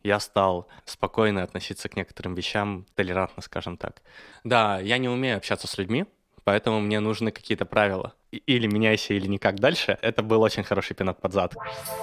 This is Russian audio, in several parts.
я стал спокойно относиться к некоторым вещам, толерантно, скажем так. Да, я не умею общаться с людьми, поэтому мне нужны какие-то правила. Или меняйся, или никак дальше. Это был очень хороший пинок под зад.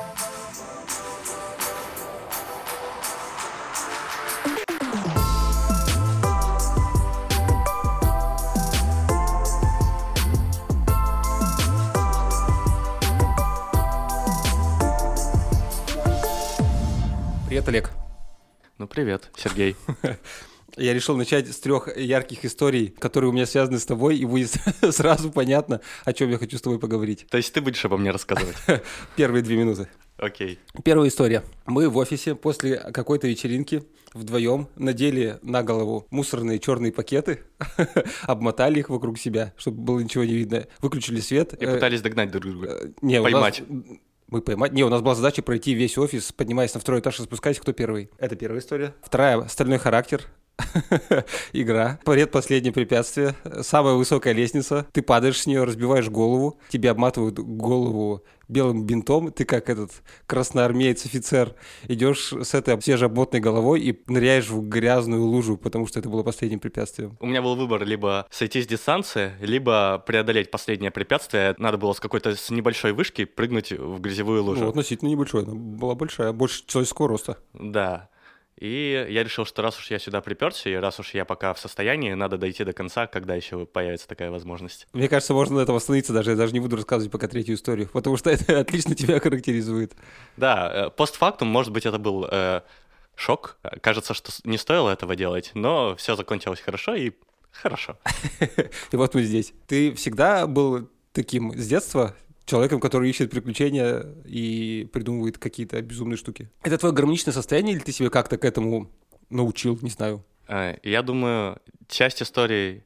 Привет, Олег. Ну, привет, Сергей. Я решил начать с 3 ярких историй, которые у меня связаны с тобой, и будет сразу понятно, о чем я хочу с тобой поговорить. То есть ты будешь обо мне рассказывать? Первые 2 минуты. Окей. Первая история. Мы в офисе после какой-то вечеринки вдвоем надели на голову мусорные черные пакеты, обмотали их вокруг себя, чтобы было ничего не видно, выключили свет. И пытались догнать друг друга, поймать. Мы поймать. У нас была задача пройти весь офис, поднимаясь на 2-й этаж и спускаясь, кто первый. Это первая история. Вторая — стальной характер. Игра. Предпоследнее препятствие. Самая высокая лестница. Ты падаешь с нее, разбиваешь голову. Тебе обматывают голову белым бинтом. Ты как этот красноармеец-офицер идешь с этой свежеобмотанной головой и ныряешь в грязную лужу, потому что это было последним препятствием. У меня был выбор либо сойти с дистанции, либо преодолеть последнее препятствие. Надо было с небольшой вышки прыгнуть в грязевую лужу. Ну, относительно небольшой. Она была большая, больше человеческого роста. Да. И я решил, что раз уж я сюда приперся, и раз уж я пока в состоянии, надо дойти до конца, когда еще появится такая возможность. Мне кажется, можно на этом остановиться даже. Я даже не буду рассказывать пока третью историю, потому что это отлично тебя характеризует. Да, постфактум, может быть, это был шок. Кажется, что не стоило этого делать, но все закончилось хорошо и хорошо. И вот мы здесь. Ты всегда был таким с детства человеком, который ищет приключения и придумывает какие-то безумные штуки? Это твое гармоничное состояние, или ты себя как-то к этому научил, не знаю? Я думаю, часть историй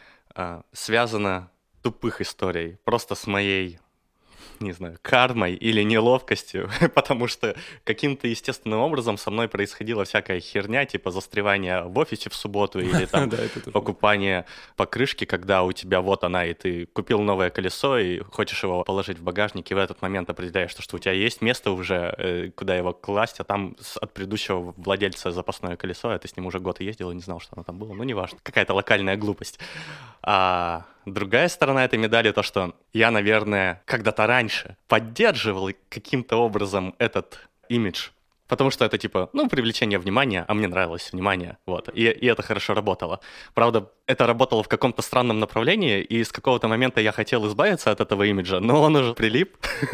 связана, тупых историй, просто с моей, не знаю, кармой или неловкостью, потому что каким-то естественным образом со мной происходила всякая херня, типа застревания в офисе в субботу или там покупание покрышки, когда у тебя вот она, и ты купил новое колесо и хочешь его положить в багажник, и в этот момент определяешь, что у тебя есть место уже, куда его класть, а там от предыдущего владельца запасное колесо, а ты с ним уже год ездил и не знал, что оно там было. Ну, неважно. Какая-то локальная глупость. А другая сторона этой медали — то, что я, наверное, когда-то раньше поддерживал каким-то образом этот имидж, потому что это типа, привлечение внимания, а мне нравилось внимание, вот, и это хорошо работало. Правда, это работало в каком-то странном направлении, и с какого-то момента я хотел избавиться от этого имиджа, но он уже прилип,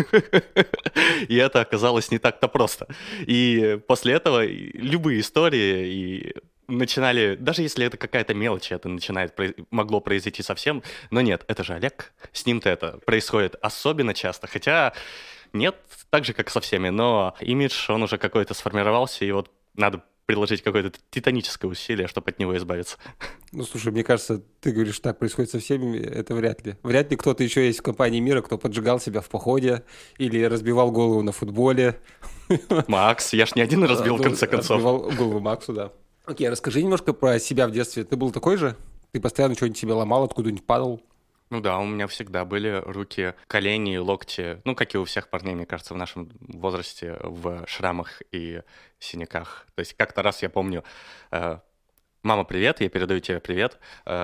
и это оказалось не так-то просто. И после этого любые истории начинали, даже если это какая-то мелочь, это могло произойти совсем, но нет, это же Олег, с ним-то это происходит особенно часто, хотя нет, так же, как со всеми, но имидж, он уже какой-то сформировался, и вот надо приложить какое-то титаническое усилие, чтобы от него избавиться. Ну, слушай, мне кажется, ты говоришь, так происходит со всеми, это вряд ли. Вряд ли кто-то еще есть в компании мира, кто поджигал себя в походе или разбивал голову на футболе. Макс, я ж не один разбил, в конце концов. Разбивал голову Максу, да. Окей, расскажи немножко про себя в детстве. Ты был такой же? Ты постоянно что-нибудь себе ломал, откуда-нибудь падал? Ну да, у меня всегда были руки, колени, локти, как и у всех парней, мне кажется, в нашем возрасте, в шрамах и синяках. То есть как-то раз я помню, мама, привет, я передаю тебе привет.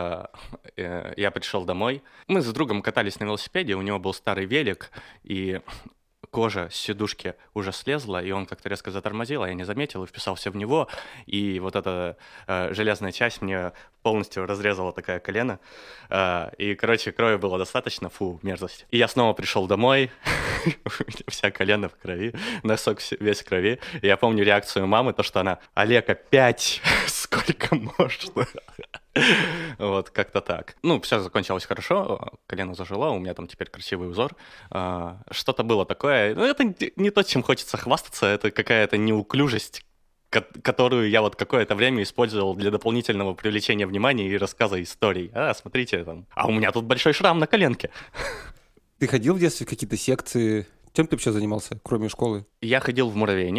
Я пришел домой. Мы с другом катались на велосипеде, у него был старый велик, и кожа с сидушки уже слезла, и он как-то резко затормозил, а я не заметил и вписался в него, и вот эта железная часть мне полностью разрезала такое колено, и, крови было достаточно, мерзость. И я снова пришел домой, вся колено в крови, носок весь в крови, и я помню реакцию мамы, то, что она: «Олег, опять? Сколько можно?» Вот, как-то так. Все закончилось хорошо, колено зажило, у меня там теперь красивый узор. Что-то было такое. Это не то, чем хочется хвастаться, это какая-то неуклюжесть, которую я вот какое-то время использовал для дополнительного привлечения внимания и рассказа историй. Смотрите, там. А у меня тут большой шрам на коленке. Ты ходил в детстве в какие-то секции? Чем ты вообще занимался, кроме школы? Я ходил в муравейник.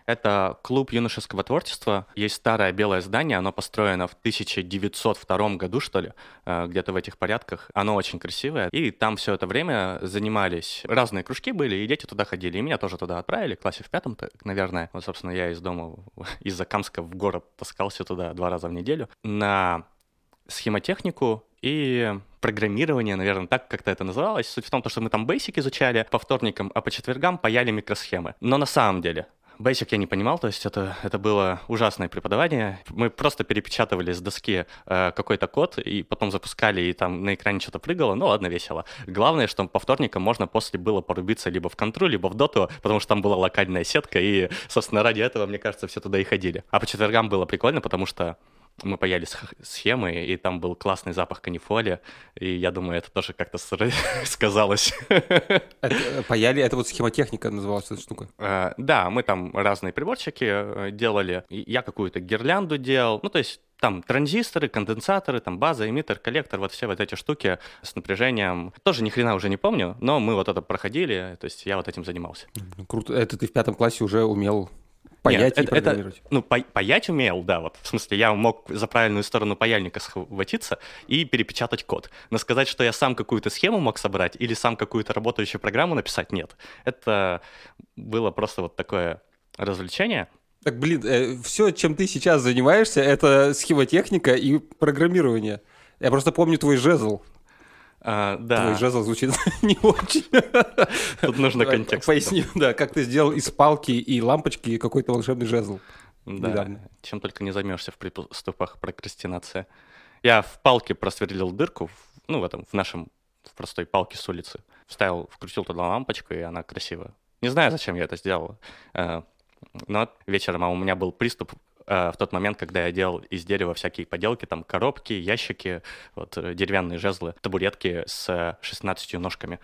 Это клуб юношеского творчества. Есть старое белое здание, оно построено в 1902 году, что ли, где-то в этих порядках. Оно очень красивое. И там все это время занимались, разные кружки были, и дети туда ходили. И меня тоже туда отправили, в классе в 5, наверное. Вот, собственно, я из дома, из Закамска в город таскался туда 2 раза в неделю на схемотехнику и программирование, наверное, так как-то это называлось. Суть в том, что мы там Basic изучали по вторникам, а по четвергам паяли микросхемы. Но на самом деле Basic я не понимал, то есть это было ужасное преподавание. Мы просто перепечатывали с доски какой-то код, и потом запускали, и там на экране что-то прыгало. Ну ладно, весело. Главное, что по вторникам можно после было порубиться либо в контру, либо в доту, потому что там была локальная сетка, и, собственно, ради этого, мне кажется, все туда и ходили. А по четвергам было прикольно, потому что мы паяли схемы, и там был классный запах канифоли, и я думаю, это тоже как-то сказалось. Паяли, это вот схемотехника называлась эта штука? Да, мы там разные приборчики делали. Я какую-то гирлянду делал, ну, то есть там транзисторы, конденсаторы, там база, эмиттер, коллектор, вот все вот эти штуки с напряжением. Тоже ни хрена уже не помню, но мы вот это проходили, то есть я вот этим занимался. Круто. Это ты в 5 классе уже умел паять. Нет, и программировать? Паять умел, да, вот. В смысле, я мог за правильную сторону паяльника схватиться и перепечатать код. Но сказать, что я сам какую-то схему мог собрать или сам какую-то работающую программу написать, нет. Это было просто вот такое развлечение. Так, блин, все, чем ты сейчас занимаешься, это схемотехника и программирование. Я просто помню твой жезл. Да. Твой жезл звучит не очень. Тут нужно контекст. Поясни, да, как ты сделал из палки и лампочки какой-то волшебный жезл. Да, недавно. Чем только не займешься в приступах прокрастинации. Я в палке просверлил дырку, в простой палке с улицы. Вкрутил туда лампочку, и она красивая. Не знаю, зачем я это сделал. Но вечером у меня был приступ в тот момент, когда я делал из дерева всякие поделки, там коробки, ящики, вот, деревянные жезлы, табуретки с 16 ножками.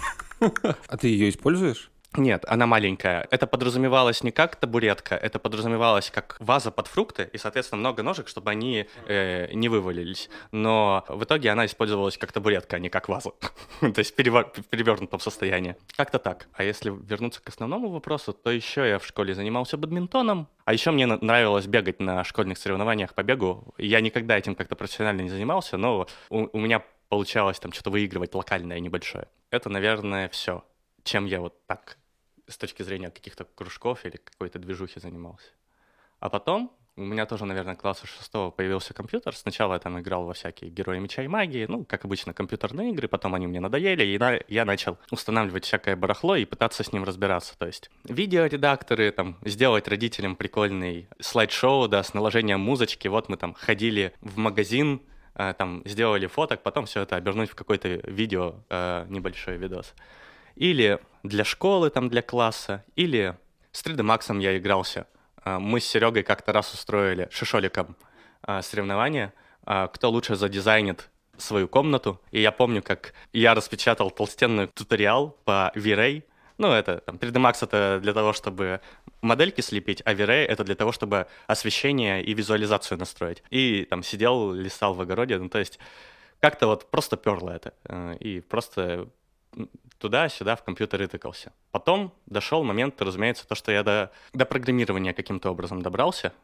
А ты ее используешь? Нет, она маленькая. Это подразумевалось не как табуретка, это подразумевалось как ваза под фрукты, и, соответственно, много ножек, чтобы они не вывалились. Но в итоге она использовалась как табуретка, а не как ваза. То есть в перевернутом состоянии. Как-то так. А если вернуться к основному вопросу, то еще я в школе занимался бадминтоном, а еще мне нравилось бегать на школьных соревнованиях по бегу. Я никогда этим как-то профессионально не занимался, но у меня получалось там что-то выигрывать локальное, небольшое. Это, наверное, все, чем я вот так с точки зрения каких-то кружков или какой-то движухи занимался. А потом у меня тоже, наверное, класса 6 появился компьютер. Сначала я там играл во всякие Герои Меча и Магии, как обычно, компьютерные игры, потом они мне надоели, и я начал устанавливать всякое барахло и пытаться с ним разбираться. То есть видеоредакторы, там, сделать родителям прикольный слайд-шоу, да, с наложением музычки. Вот мы там ходили в магазин, там, сделали фоток, потом все это обернуть в какое-то видео, небольшой видос. Или для школы, там, для класса, или с 3D Max я игрался. Мы с Серегой как-то раз устроили шишоликом соревнования, кто лучше задизайнит свою комнату. И я помню, как я распечатал толстенный туториал по V-Ray. Это там 3D Max это для того, чтобы модельки слепить, а V-Ray это для того, чтобы освещение и визуализацию настроить. И там сидел, листал в огороде, то есть как-то вот просто перло это. И просто туда-сюда в компьютере тыкался. Потом дошел момент, разумеется, то, что я до программирования каким-то образом добрался,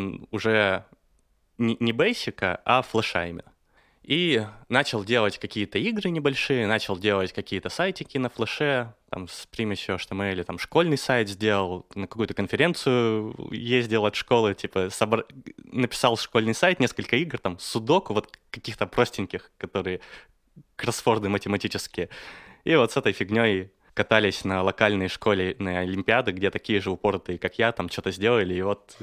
уже не бейсика, а флеша именно. И начал делать какие-то игры небольшие, начал делать какие-то сайтики на флеше, там с примесью HTML, там школьный сайт сделал, на какую-то конференцию ездил от школы, типа написал школьный сайт, несколько игр, там судоку, вот каких-то простеньких, которые кроссворды математические. И вот с этой фигней катались на локальной школе на Олимпиады, где такие же упоротые, как я, там что-то сделали, и вот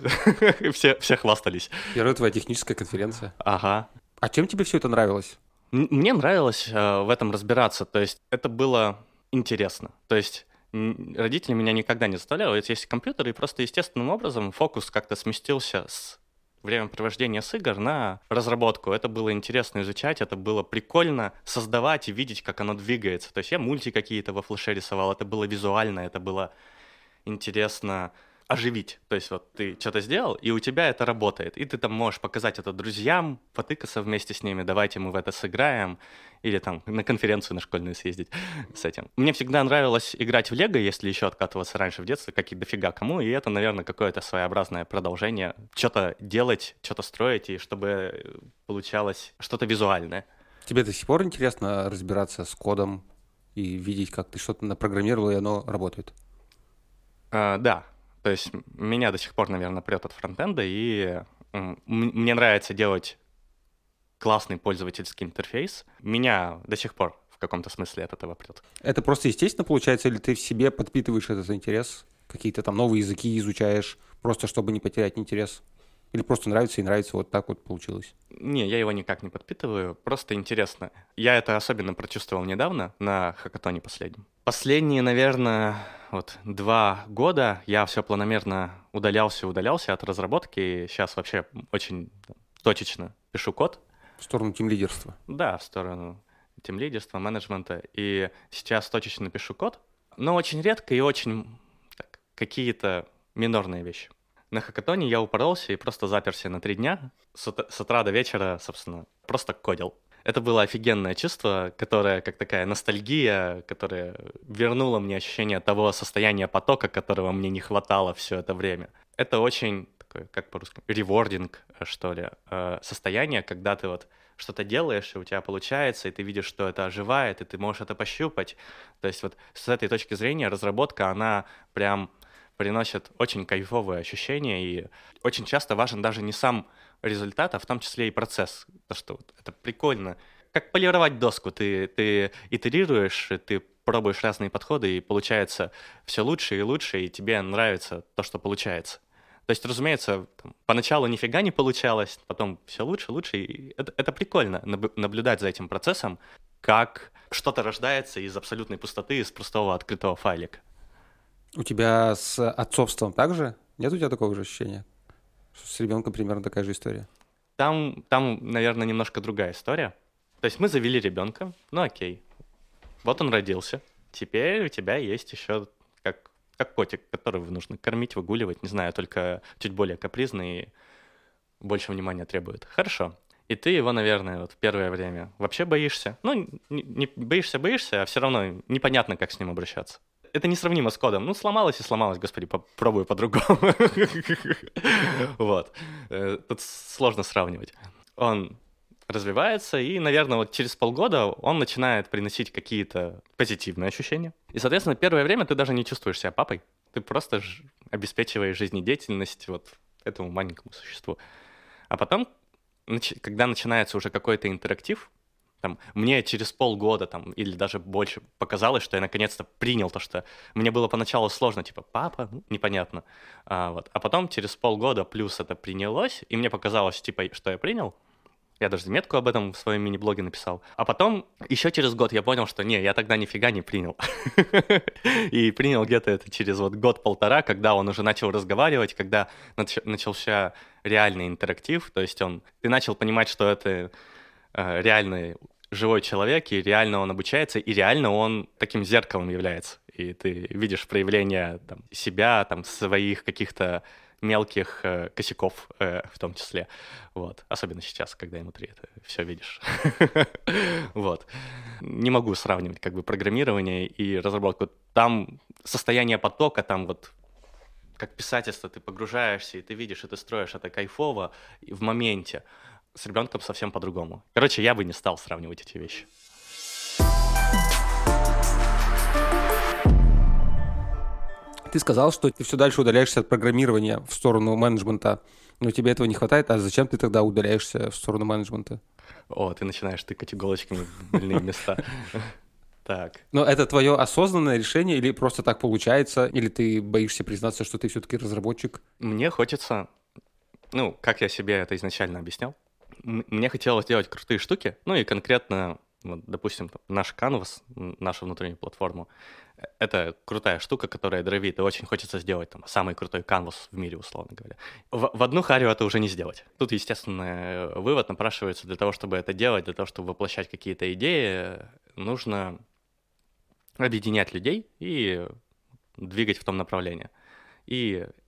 все хвастались. Первая твоя техническая конференция. Ага. А чем тебе все это нравилось? Мне нравилось в этом разбираться, то есть это было интересно. То есть родители меня никогда не заставляли, вот есть компьютер, и просто естественным образом фокус как-то сместился с времяпровождения с игр на разработку. Это было интересно изучать, это было прикольно создавать и видеть, как оно двигается. То есть я мульти какие-то во флеше рисовал, это было визуально, это было интересно оживить. То есть вот ты что-то сделал, и у тебя это работает. И ты там можешь показать это друзьям, потыкаться вместе с ними, давайте мы в это сыграем. Или там на конференцию на школьную съездить с этим. Мне всегда нравилось играть в Лего, если еще откатываться раньше в детстве, как и дофига кому. И это, наверное, какое-то своеобразное продолжение. Что-то делать, что-то строить, и чтобы получалось что-то визуальное. Тебе до сих пор интересно разбираться с кодом и видеть, как ты что-то напрограммировал, и оно работает? Да. То есть меня до сих пор, наверное, прет от фронтенда, и мне нравится делать классный пользовательский интерфейс. Меня до сих пор в каком-то смысле от этого прет. Это просто естественно получается, или ты в себе подпитываешь этот интерес? Какие-то там новые языки изучаешь, просто чтобы не потерять интерес? Или просто нравится и нравится, вот так вот получилось? Не, я его никак не подпитываю, просто интересно. Я это особенно прочувствовал недавно на хакатоне последнем. Последние, наверное, 2 года я все планомерно удалялся от разработки. Сейчас вообще очень точечно пишу код. В сторону тимлидерства. Да, в сторону тимлидерства, менеджмента. И сейчас точечно пишу код, но очень редко и очень какие-то минорные вещи. На хакатоне я упоролся и просто заперся на 3 дня. С утра до вечера, собственно, просто кодил. Это было офигенное чувство, которое, как такая ностальгия, которая вернула мне ощущение того состояния потока, которого мне не хватало все это время. Это очень такое, как по-русски, ревординг, что ли, состояние, когда ты вот что-то делаешь, и у тебя получается, и ты видишь, что это оживает, и ты можешь это пощупать. То есть вот с этой точки зрения разработка, она прям приносит очень кайфовые ощущения, и очень часто важен даже не сам результат, а в том числе и процесс. То, что это прикольно. Как полировать доску. Ты итерируешь, ты пробуешь разные подходы, и получается все лучше и лучше, и тебе нравится то, что получается. То есть, разумеется, поначалу нифига не получалось, потом все лучше, лучше. И это прикольно, наблюдать за этим процессом, как что-то рождается из абсолютной пустоты, из простого открытого файлика. У тебя с отцовством также? Нет у тебя такого же ощущения? С ребенком примерно такая же история? Там, наверное, немножко другая история. То есть мы завели ребенка, ну окей, вот он родился. Теперь у тебя есть еще как котик, которого нужно кормить, выгуливать, не знаю, только чуть более капризный и больше внимания требует. Хорошо. И ты его, наверное, вот в первое время вообще боишься. Ну, не боишься, а все равно непонятно, как с ним обращаться. Это несравнимо с кодом. Ну, сломалось и сломалось, господи, попробую по-другому. Вот. Тут сложно сравнивать. Он развивается, и, наверное, вот через полгода он начинает приносить какие-то позитивные ощущения. И, соответственно, первое время ты даже не чувствуешь себя папой. Ты просто обеспечиваешь жизнедеятельность вот этому маленькому существу. А потом, когда начинается уже какой-то интерактив, там, мне через полгода там, или даже больше показалось, что я наконец-то принял то, что мне было поначалу сложно, типа, папа, непонятно. А потом через полгода плюс это принялось, и мне показалось, типа, что я принял. Я даже заметку об этом в своем мини-блоге написал. А потом еще через год я понял, что не, я тогда нифига не принял. И принял где-то это через вот год-полтора, когда он уже начал разговаривать, когда начался реальный интерактив, то есть ты начал понимать, что это реальный живой человек, и реально он обучается, и реально он таким зеркалом является. И ты видишь проявление там, себя, там, своих каких-то мелких косяков в том числе. Вот. Особенно сейчас, когда ему 3, это все видишь. Вот. Не могу сравнивать как бы программирование и разработку. Там состояние потока, там вот как писательство, ты погружаешься, и ты видишь, и ты строишь это кайфово в моменте. С ребенком совсем по-другому. Короче, я бы не стал сравнивать эти вещи. Ты сказал, что ты все дальше удаляешься от программирования в сторону менеджмента, но тебе этого не хватает, а зачем ты тогда удаляешься в сторону менеджмента? О, ты начинаешь тыкать иголочками в больные места. Так. Но это твое осознанное решение или просто так получается, или ты боишься признаться, что ты все-таки разработчик? Мне хочется, как я себе это изначально объяснял, мне хотелось делать крутые штуки, ну и конкретно, вот, допустим, наш Canvas, нашу внутреннюю платформу, это крутая штука, которая драйвит, и очень хочется сделать там самый крутой Canvas в мире, условно говоря. В одну харю это уже не сделать. Тут, естественно, вывод напрашивается: для того, чтобы это делать, для того, чтобы воплощать какие-то идеи, нужно объединять людей и двигать в том направлении. И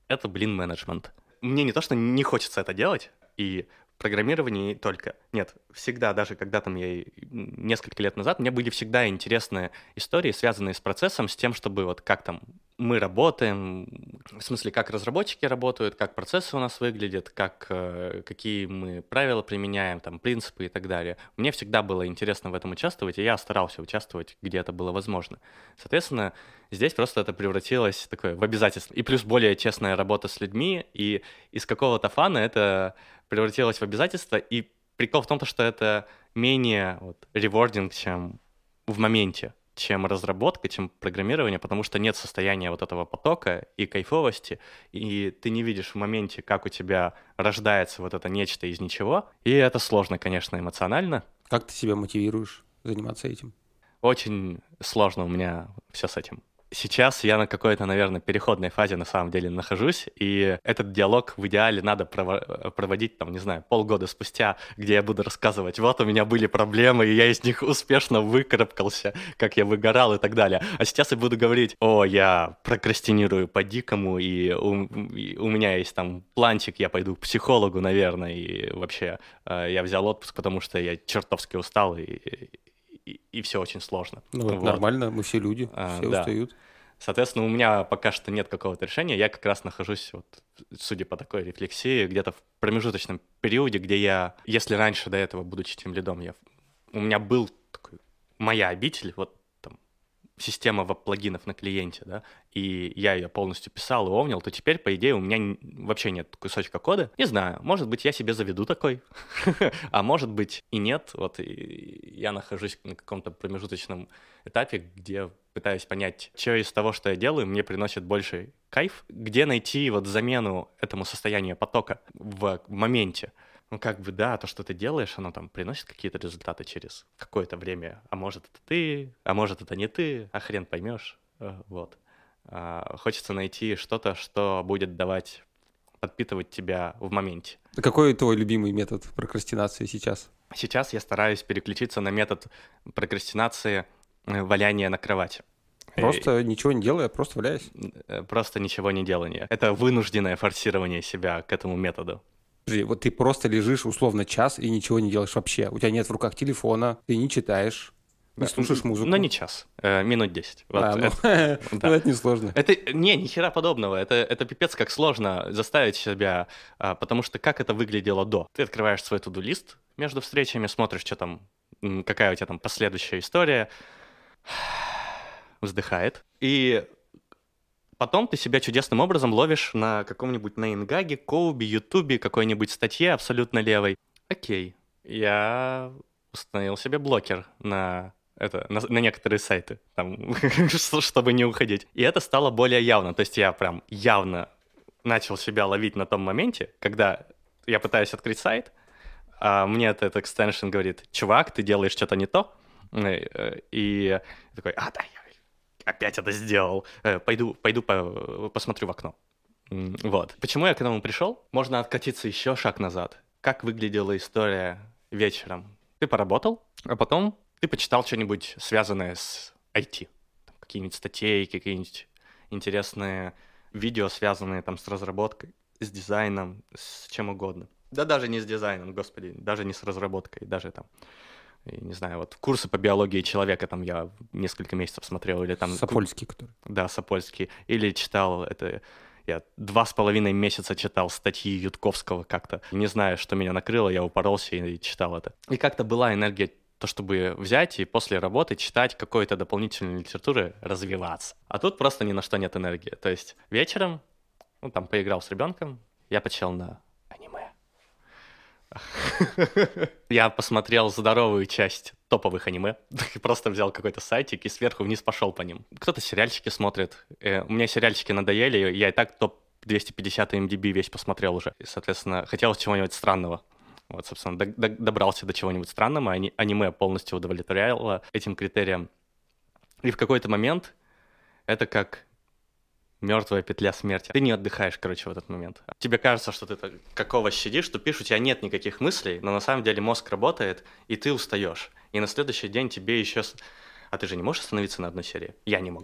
это, менеджмент. Мне не то, что не хочется это делать, и программирование только. Нет, всегда, даже когда там я несколько лет назад, мне были всегда интересные истории, связанные с процессом, с тем, чтобы вот как там мы работаем, в смысле, как разработчики работают, как процессы у нас выглядят, какие мы правила применяем, там, принципы и так далее. Мне всегда было интересно в этом участвовать, и я старался участвовать, где это было возможно. Соответственно, здесь просто это превратилось в обязательство. И плюс более честная работа с людьми, и из какого-то фана это превратилось в обязательство, и прикол в том, что это менее rewarding, чем в моменте, чем разработка, чем программирование, потому что нет состояния вот этого потока и кайфовости, и ты не видишь в моменте, как у тебя рождается вот это нечто из ничего, и это сложно, конечно, эмоционально. Как ты себя мотивируешь заниматься этим? Очень сложно у меня все с этим. Сейчас я на какой-то, наверное, переходной фазе на самом деле нахожусь, и этот диалог в идеале надо проводить, там, не знаю, полгода спустя, где я буду рассказывать, вот у меня были проблемы, и я из них успешно выкарабкался, как я выгорал и так далее. А сейчас я буду говорить, я прокрастинирую по-дикому, и у меня есть там планчик, я пойду к психологу, наверное, и вообще я взял отпуск, потому что я чертовски устал, и все очень сложно. Ну, нормально, мы все люди, все устают. Соответственно, у меня пока что нет какого-то решения. Я как раз нахожусь, судя по такой рефлексии, где-то в промежуточном периоде, где я, если раньше до этого, будучи тимлидом, у меня был такой, моя обитель, система веб-плагинов на клиенте, да, и я ее полностью писал и овнил, то теперь, по идее, у меня вообще нет кусочка кода. Не знаю, может быть, я себе заведу такой, а может быть и нет. И я нахожусь на каком-то промежуточном этапе, где пытаюсь понять, что из того, что я делаю, мне приносит больше кайф, где найти замену этому состоянию потока в моменте. То, что ты делаешь, оно там приносит какие-то результаты через какое-то время. А может, это ты, а может, это не ты, а хрен поймешь. Хочется найти что-то, что будет подпитывать тебя в моменте. Какой твой любимый метод прокрастинации сейчас? Сейчас я стараюсь переключиться на метод прокрастинации валяния на кровати. Просто ничего не делая, просто валяясь? Просто ничего не делания. Это вынужденное форсирование себя к этому методу. Вот ты просто лежишь условно час и ничего не делаешь вообще. У тебя нет в руках телефона, ты не читаешь, не слушаешь музыку. Ну, не час, минут 10. Это несложно. Ни хера подобного. Это пипец как сложно заставить себя, потому что как это выглядело до? Ты открываешь свой to-do-лист между встречами, смотришь, что там, какая у тебя там последующая история, вздыхает, и потом ты себя чудесным образом ловишь на каком-нибудь Нейнгаге, Коубе, Ютубе, какой-нибудь статье абсолютно левой. Окей, я установил себе блокер на некоторые сайты, чтобы не уходить. И это стало более явно. То есть я прям явно начал себя ловить на том моменте, когда я пытаюсь открыть сайт, а мне этот экстеншн говорит, чувак, ты делаешь что-то не то. И я такой, да, я опять это сделал. Пойду посмотрю в окно. Почему я к этому пришел? Можно откатиться еще шаг назад. Как выглядела история вечером? Ты поработал, а потом ты почитал что-нибудь, связанное с IT. Какие-нибудь статьи, какие-нибудь интересные видео, связанные с разработкой, с дизайном, с чем угодно. Да даже не с дизайном, господи, даже не с разработкой, даже не знаю, курсы по биологии человека я несколько месяцев смотрел, или Сапольский, который. Да, Сапольский. Или читал я 2,5 месяца читал статьи Ютковского как-то. Не знаю, что меня накрыло, я упоролся и читал это. И как-то была энергия, чтобы взять и после работы читать какую-то дополнительную литературу, развиваться. А тут просто ни на что нет энергии. То есть вечером, поиграл с ребенком, я почел на аниме. Я посмотрел здоровую часть топовых аниме, просто взял какой-то сайтик и сверху вниз пошел по ним. Кто-то сериальчики смотрит. У меня сериальчики надоели, я и так топ 250 MDB весь посмотрел уже. И, соответственно, хотелось чего-нибудь странного. Собственно, добрался до чего-нибудь странного, аниме полностью удовлетворяло этим критериям. И в какой-то момент это как мертвая петля смерти. Ты не отдыхаешь, в этот момент. Тебе кажется, что ты как овощ сидишь, тупишь, у тебя нет никаких мыслей, но на самом деле мозг работает, и ты устаешь. И на следующий день тебе еще... А ты же не можешь остановиться на одной серии? Я не могу.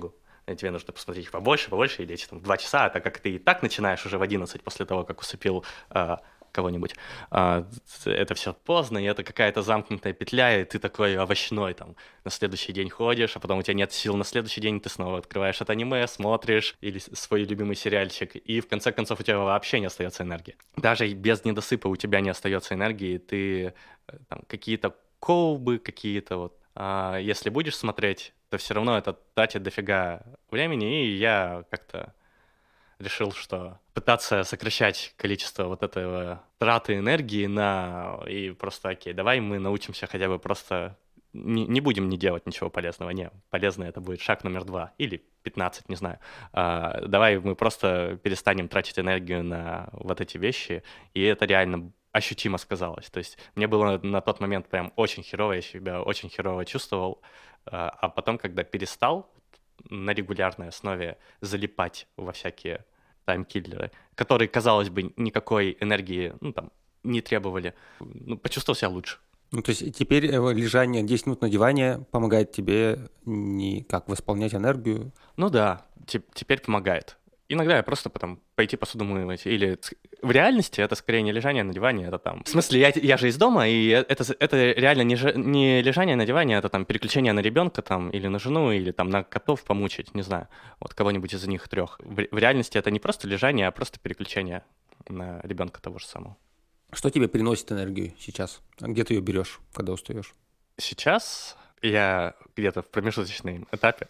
тебе нужно посмотреть их побольше, и лечь там 2 часа, а так как ты и так начинаешь уже в 11 после того, как усыпил кого-нибудь, это все поздно, и это какая-то замкнутая петля, и ты такой овощной там на следующий день ходишь, а потом у тебя нет сил на следующий день, ты снова открываешь это аниме, смотришь, или свой любимый сериальчик, и в конце концов у тебя вообще не остается энергии. Даже без недосыпа у тебя не остается энергии, ты там какие-то колбы, какие-то вот, если будешь смотреть, то все равно это тратит дофига времени, и я как-то решил, что пытаться сокращать количество вот этого траты энергии и просто, окей, давай мы научимся хотя бы просто не будем не делать ничего полезного. Не, полезно это будет шаг номер 2 или 15, не знаю. Давай мы просто перестанем тратить энергию на вот эти вещи, и это реально ощутимо сказалось. То есть мне было на тот момент прям очень херово, я себя очень херово чувствовал, а потом, когда перестал на регулярной основе залипать во всякие таймкиллеры, которые, казалось бы, никакой энергии, там, не требовали, почувствовал себя лучше. То есть теперь лежание 10 минут на диване помогает тебе как восполнять энергию? Да, теперь помогает. Иногда я просто потом пойти посуду мыть. Или в реальности это скорее не лежание на диване, это там... В смысле, я же из дома, и это реально не лежание на диване, это там переключение на ребенка там, или на жену, или там на котов помучить, не знаю, вот кого-нибудь из них 3. В реальности это не просто лежание, а просто переключение на ребенка того же самого. Что тебе приносит энергию сейчас? Где ты ее берешь, когда устаешь? Сейчас я где-то в промежуточном этапе.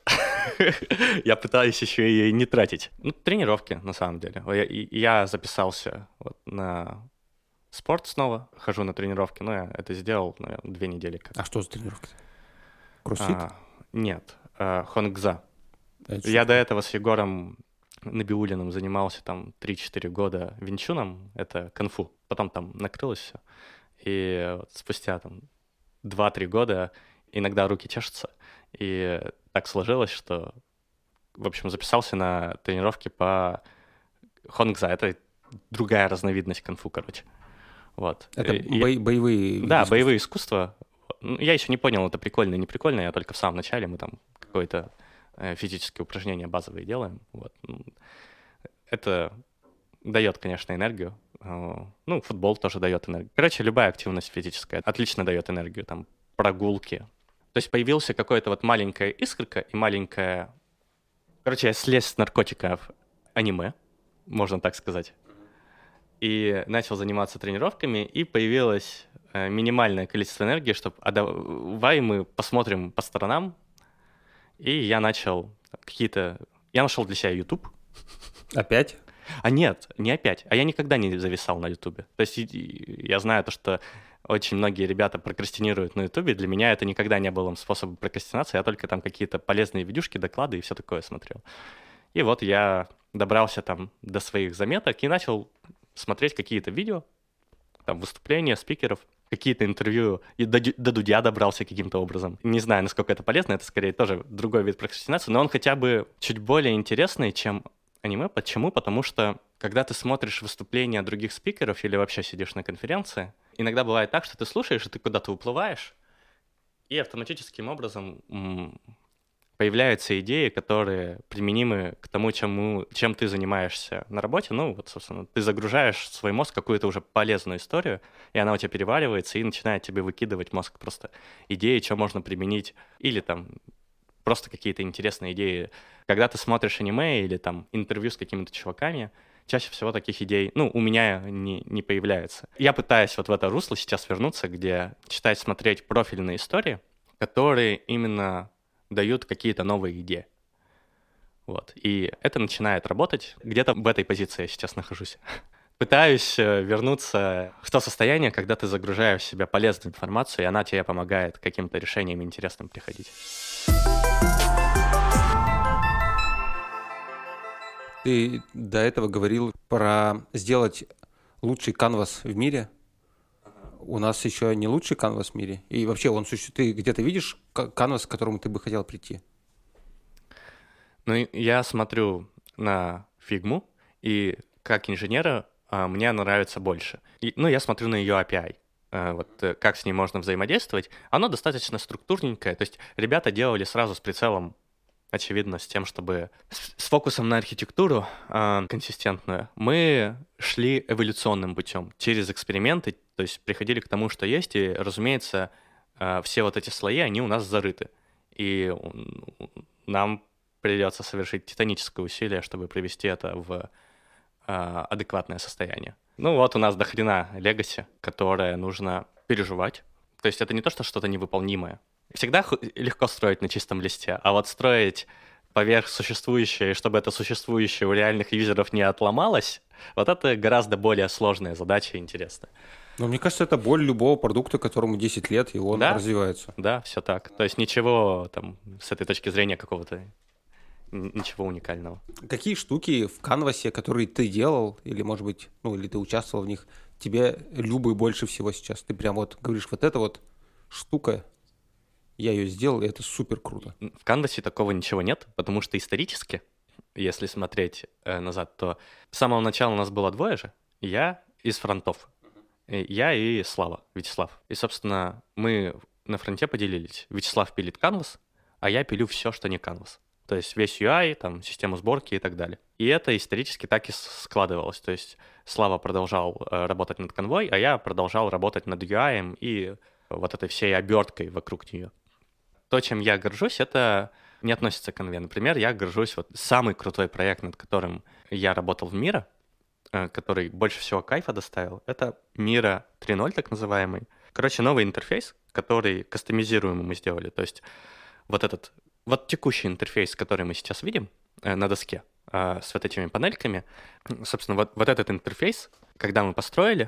Я пытаюсь еще и не тратить. Тренировки, на самом деле. Я записался на спорт снова, хожу на тренировки, но я это сделал, наверное, 2 недели. А что за тренировки? Кроссфит? Нет, Хонгза. Я до этого с Егором Набиуллиным занимался там 3-4 года винчуном, это кунг-фу. Потом там накрылось все. И спустя там 2-3 года иногда руки чешутся. И так сложилось, что, в общем, записался на тренировки по Хонгза. Это другая разновидность кунг-фу, короче. Вот. Это боевые... Да, боевые искусства. Я еще не понял, это прикольно или не прикольно. Я только в самом начале, мы там какое-то физические упражнения базовые делаем. Вот. Это дает, конечно, энергию. Футбол тоже дает энергию. Короче, любая активность физическая отлично дает энергию. Там прогулки. То есть появился какой-то маленькая искорка и маленькая... Короче, я слез с наркотиков аниме, можно так сказать. И начал заниматься тренировками, и появилось минимальное количество энергии, чтобы давай мы посмотрим по сторонам. И я начал Я нашел для себя YouTube. Опять? Нет, не опять. Я никогда не зависал на YouTube. То есть я знаю то, что очень многие ребята прокрастинируют на YouTube. Для меня это никогда не было способом прокрастинации. Я только там какие-то полезные видюшки, доклады и все такое смотрел. И вот я добрался там до своих заметок и начал смотреть какие-то видео, там выступления спикеров, какие-то интервью, и до Дудя добрался каким-то образом. Не знаю, насколько это полезно, это скорее тоже другой вид прокрастинации, но он хотя бы чуть более интересный, чем аниме. Почему? Потому что, когда ты смотришь выступления других спикеров или вообще сидишь на конференции, иногда бывает так, что ты слушаешь, и ты куда-то уплываешь, и автоматическим образом появляются идеи, которые применимы к тому, чем ты занимаешься на работе. Собственно, ты загружаешь в свой мозг какую-то уже полезную историю, и она у тебя переваривается и начинает тебе выкидывать мозг просто идеи, что можно применить, или там просто какие-то интересные идеи. Когда ты смотришь аниме или там интервью с какими-то чуваками, чаще всего таких идей, у меня не появляется. Я пытаюсь в это русло сейчас вернуться, где читать, смотреть профильные истории, которые именно дают какие-то новые идеи. Вот. И это начинает работать. Где-то в этой позиции я сейчас нахожусь. Пытаюсь вернуться в то состояние, когда ты загружаешь в себя полезную информацию, и она тебе помогает к каким-то решениям интересным приходить. Ты до этого говорил про сделать лучший канвас в мире. У нас еще не лучший канвас в мире. И вообще, ты где-то видишь канвас, к которому ты бы хотел прийти? Я смотрю на фигму, и как инженера мне она нравится больше. Я смотрю на ее API. Как с ней можно взаимодействовать. Оно достаточно структурненькое. То есть ребята делали сразу с прицелом очевидно, с тем, чтобы с фокусом на архитектуру консистентную, мы шли эволюционным путем через эксперименты, то есть приходили к тому, что есть, и, разумеется, все вот эти слои, они у нас зарыты. И нам придется совершить титаническое усилие, чтобы привести это в адекватное состояние. Ну вот у нас дохрена легаси, которое нужно переживать. То есть это не то, что что-то невыполнимое. Всегда легко строить на чистом листе, а вот строить поверх существующее, чтобы это существующее у реальных юзеров не отломалось, вот это гораздо более сложная задача и интересная. Но мне кажется, это боль любого продукта, которому 10 лет, и он развивается. Да, все так. То есть ничего там с этой точки зрения какого-то, ничего уникального. Какие штуки в канвасе, которые ты делал, или, может быть, или ты участвовал в них, тебе любы больше всего сейчас? Ты прям вот говоришь, вот эта вот штука, я ее сделал, и это супер круто. В канвасе такого ничего нет, потому что исторически, если смотреть назад, то с самого начала у нас было двое же. Я из фронтов. Я и Слава, Вячеслав. И, собственно, мы на фронте поделились. Вячеслав пилит канвас, а я пилю все, что не канвас. То есть весь UI, там, систему сборки и так далее. И это исторически так и складывалось. То есть Слава продолжал работать над конвой, а я продолжал работать над UI и вот этой всей оберткой вокруг нее. То, чем я горжусь, это не относится к конве. Например, я горжусь, вот самый крутой проект, над которым я работал в Miro, который больше всего кайфа доставил, это Miro 3.0, так называемый. Короче, новый интерфейс, который кастомизируемый мы сделали. То есть вот текущий интерфейс, который мы сейчас видим на доске с вот этими панельками, собственно, вот этот интерфейс, когда мы построили,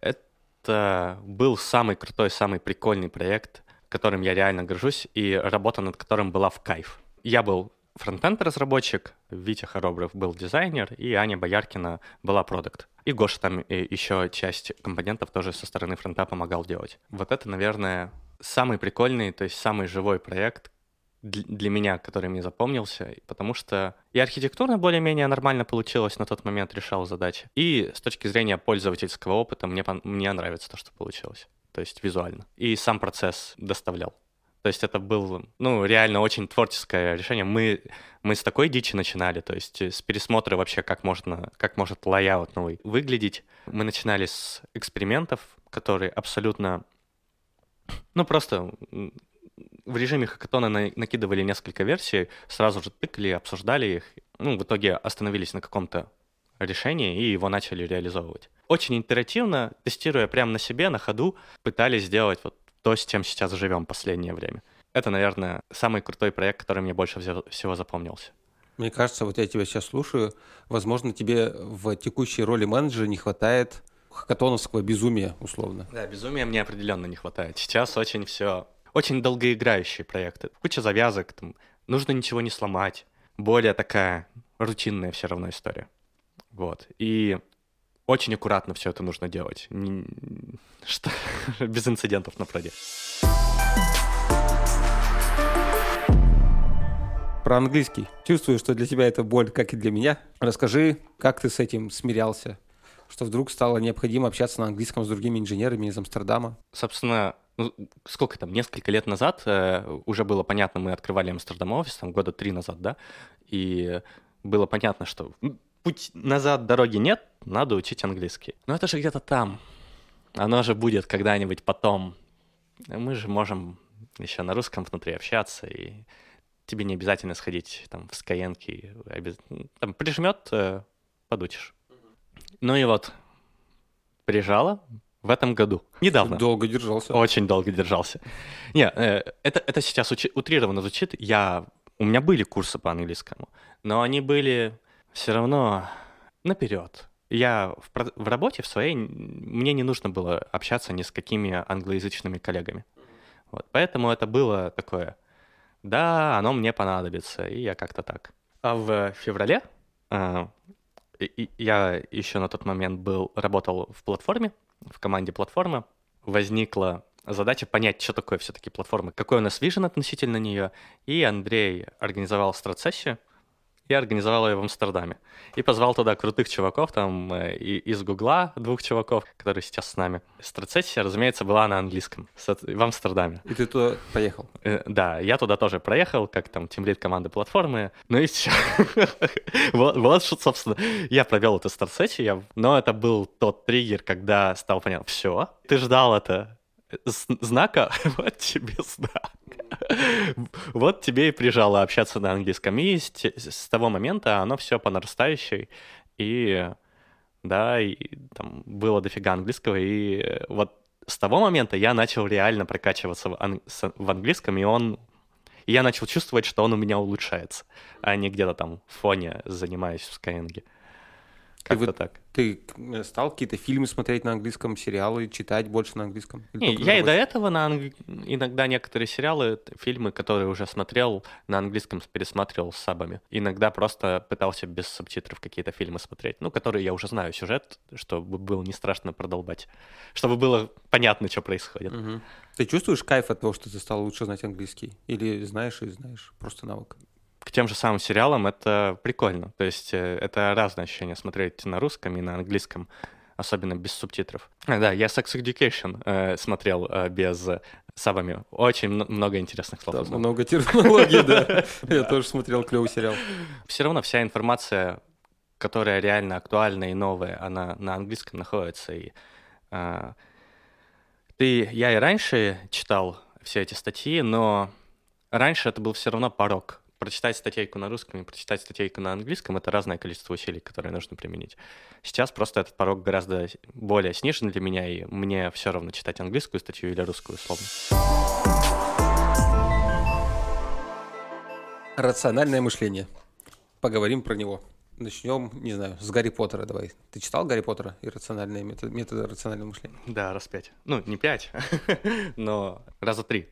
это был самый крутой, самый прикольный проект, которым я реально горжусь, и работа над которым была в кайф. Я был фронтенд-разработчик, Витя Хоробров был дизайнер, и Аня Бояркина была продакт. И Гоша там еще часть компонентов тоже со стороны фронта помогал делать. Вот это, наверное, самый прикольный, то есть самый живой проект для меня, который мне запомнился, потому что и архитектурно более-менее нормально получилось, на тот момент решал задачи. И с точки зрения пользовательского опыта мне нравится то, что получилось. То есть визуально. И сам процесс доставлял. То есть это было, реально очень творческое решение. Мы с такой дичи начинали, то есть с пересмотра вообще, как может лайаут новый выглядеть. Мы начинали с экспериментов, которые абсолютно, просто в режиме хакатона накидывали несколько версий, сразу же тыкали, обсуждали их. В итоге остановились на каком-то решении и его начали реализовывать. Очень интерактивно, тестируя прямо на себе, на ходу, пытались сделать вот то, с чем сейчас живем в последнее время. Это, наверное, самый крутой проект, который мне больше всего запомнился. Мне кажется, вот я тебя сейчас слушаю, возможно, тебе в текущей роли менеджера не хватает хакатоновского безумия, условно. Да, безумия мне определенно не хватает. Сейчас очень долгоиграющие проекты. Куча завязок, нужно ничего не сломать. Более такая рутинная все равно история. Вот. И очень аккуратно все это нужно делать. Без инцидентов на проде. Про английский. Чувствую, что для тебя это боль, как и для меня. Расскажи, как ты с этим смирялся? Что вдруг стало необходимо общаться на английском с другими инженерами из Амстердама? Собственно, несколько лет назад уже было понятно, мы открывали Амстердам офис, года 3 назад, да, и было понятно, что путь назад, дороги нет, надо учить английский. Но это же где-то там. Оно же будет когда-нибудь потом. Мы же можем еще на русском внутри общаться, и тебе не обязательно сходить в Skyeng, прижмет, подучишь. Ну и вот, прижало в этом году. Недавно. Долго держался. Очень долго держался. Это сейчас утрированно звучит. У меня были курсы по английскому, но они были все равно наперед. Я в работе в своей, мне не нужно было общаться ни с какими англоязычными коллегами. Вот, поэтому это было такое, да, оно мне понадобится, и я как-то так. А в феврале я еще на тот момент работал в платформе, в команде платформы. Возникла задача понять, что такое все-таки платформа, какой у нас вижен относительно нее. И Андрей организовал страт-сессию, я организовал ее в Амстердаме. И позвал туда крутых чуваков, там, из Гугла, 2 чуваков, которые сейчас с нами. Страцессия, разумеется, была на английском в Амстердаме. И ты туда поехал? Да, я туда тоже проехал, как там тимлид команды платформы. Ну и все. Вот, собственно, я провел эту старт-сессию, но это был тот триггер, когда стал понятно, все, ты ждал это знака, вот тебе знак. Вот тебе и прижало общаться на английском. И с того момента оно все по нарастающей. И да, и там было дофига английского. И вот с того момента я начал реально прокачиваться в английском, и я начал чувствовать, что он у меня улучшается, а не где-то там в фоне занимаюсь в Skyeng. Как-то так. Ты стал какие-то фильмы смотреть на английском, сериалы, читать больше на английском? Не, я и до этого иногда некоторые сериалы, фильмы, которые уже смотрел, на английском пересматривал с сабами. Иногда просто пытался без субтитров какие-то фильмы смотреть, ну, которые я уже знаю сюжет, чтобы было не страшно продолбать, чтобы было понятно, что происходит. Угу. Ты чувствуешь кайф от того, что ты стал лучше знать английский? Или знаешь и знаешь, просто навык? К тем же самым сериалам это прикольно. То есть это разное ощущение смотреть на русском и на английском, особенно без субтитров. Да, я Sex Education смотрел без сабами. Очень много интересных слов. Да, много терминологии, да. Я тоже смотрел клевый сериал. Все равно вся информация, которая реально актуальна и новая, она на английском находится. И я и раньше читал все эти статьи, но раньше это был все равно порог. Прочитать статейку на русском и прочитать статейку на английском — это разное количество усилий, которые нужно применить. Сейчас просто этот порог гораздо более снижен для меня, и мне все равно читать английскую статью или русскую, условно. Рациональное мышление. Поговорим про него. Начнем, не знаю, с Гарри Поттера давай. Ты читал Гарри Поттера и рациональные методы рационального мышления? Да, раз 5. Ну, не 5, но раза 3.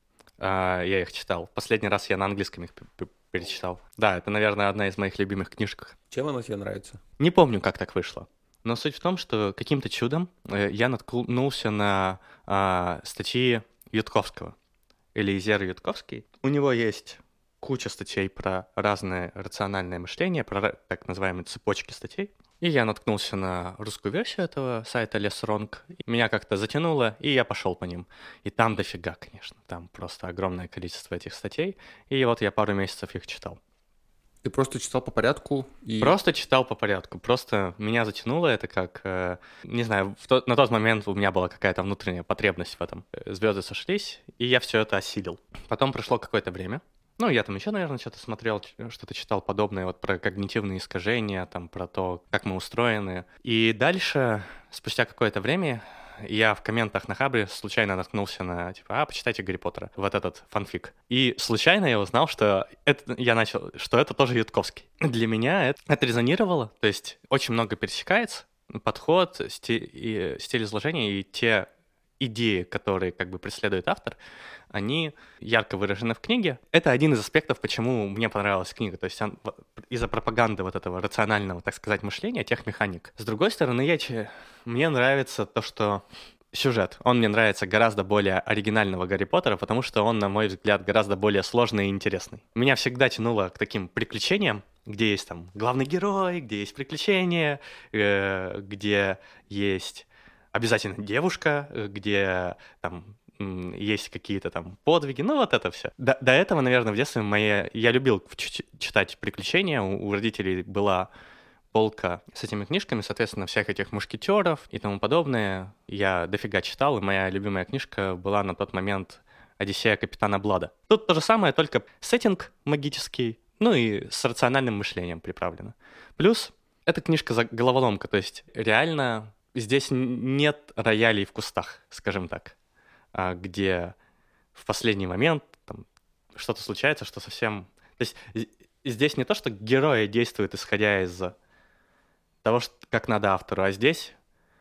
Я их читал. Последний раз я на английском их перечитал. Да, это, наверное, одна из моих любимых книжек. Чем она тебе нравится? Не помню, как так вышло. Но суть в том, что каким-то чудом я наткнулся на статьи Ютковского. Элизер Ютковский. У него есть куча статей про разное рациональное мышление, про так называемые цепочки статей. И я наткнулся на русскую версию этого сайта LessWrong. Меня как-то затянуло, и я пошел по ним. И там дофига, конечно. Там просто огромное количество этих статей. И вот я пару месяцев их читал. Ты просто читал по порядку? Просто читал по порядку. Просто меня затянуло это как... не знаю, на тот момент у меня была какая-то внутренняя потребность в этом. Звезды сошлись, и я все это осилил. Потом прошло какое-то время. Ну, я там еще, наверное, что-то смотрел, что-то читал подобное, вот про когнитивные искажения, там, про то, как мы устроены. И дальше, спустя какое-то время, я в комментах на Хабре случайно наткнулся на, типа, почитайте Гарри Поттера, вот этот фанфик. И случайно я узнал, что это тоже Ютковский. Для меня это резонировало, то есть очень много пересекается, подход, стиль изложения и те идеи, которые как бы преследует автор, они ярко выражены в книге. Это один из аспектов, почему мне понравилась книга. То есть из-за пропаганды вот этого рационального, так сказать, мышления, тех механик. С другой стороны, мне нравится то, что сюжет, он мне нравится гораздо более оригинального Гарри Поттера, потому что он, на мой взгляд, гораздо более сложный и интересный. Меня всегда тянуло к таким приключениям, где есть там главный герой, где есть приключения, где есть обязательно девушка, где там есть какие-то там подвиги, ну вот это все. До этого, наверное, в детстве я любил читать приключения, у родителей была полка с этими книжками, соответственно, всех этих мушкетеров и тому подобное я дофига читал, и моя любимая книжка была на тот момент «Одиссея капитана Блада». Тут то же самое, только сеттинг магический, ну и с рациональным мышлением приправлено. Плюс эта книжка головоломка, то есть реально здесь нет роялей в кустах, скажем так, где в последний момент там, что-то случается, что совсем... То есть здесь не то, что герои действуют, исходя из того, как надо автору, а здесь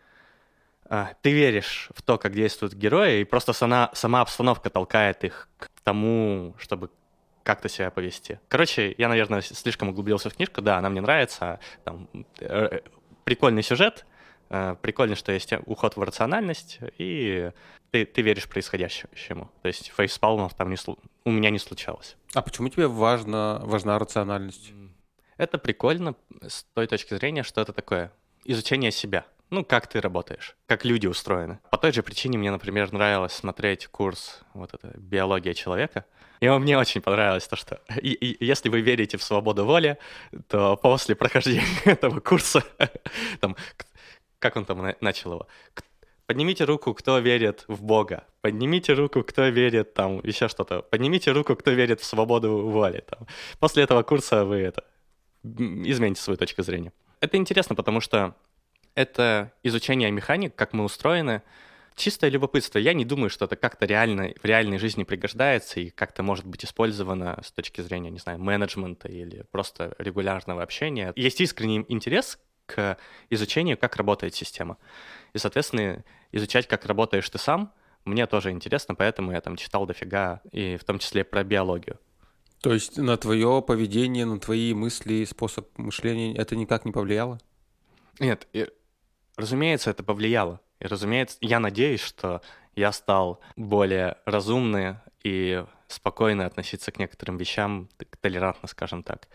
ты веришь в то, как действуют герои, и просто сама обстановка толкает их к тому, чтобы как-то себя повести. Короче, я, наверное, слишком углубился в книжку, да, она мне нравится, там прикольный сюжет, прикольно, что есть уход в рациональность, и ты веришь происходящему. То есть фейспалмов там у меня не случалось. А почему тебе важна рациональность? Это прикольно с той точки зрения, что это такое изучение себя. Ну, как ты работаешь, как люди устроены. По той же причине мне, например, нравилось смотреть курс вот это «Биология человека». И мне очень понравилось то, что если вы верите в свободу воли, то после прохождения этого курса, там, как он там начал его? Поднимите руку, кто верит в Бога. Поднимите руку, кто верит там еще что-то. Поднимите руку, кто верит в свободу воли. Там. После этого курса вы измените свою точку зрения. Это интересно, потому что это изучение механик, как мы устроены. Чистое любопытство. Я не думаю, что это как-то реально в реальной жизни пригождается и как-то может быть использовано с точки зрения, не знаю, менеджмента или просто регулярного общения. Есть искренний интерес к изучению, как работает система. И, соответственно, изучать, как работаешь ты сам, мне тоже интересно, поэтому я там читал дофига, и в том числе про биологию. То есть на твое поведение, на твои мысли, способ мышления это никак не повлияло? Нет, разумеется, это повлияло. И, разумеется, я надеюсь, что я стал более разумный и спокойно относиться к некоторым вещам, толерантно, скажем так.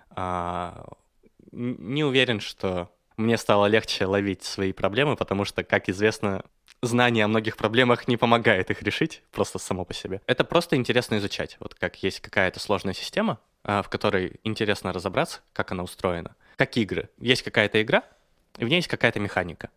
Не уверен, что мне стало легче ловить свои проблемы, потому что, как известно, знание о многих проблемах не помогает их решить просто само по себе. Это просто интересно изучать. Вот как есть какая-то сложная система, в которой интересно разобраться, как она устроена. Как игры. Есть какая-то игра, и в ней есть какая-то механика.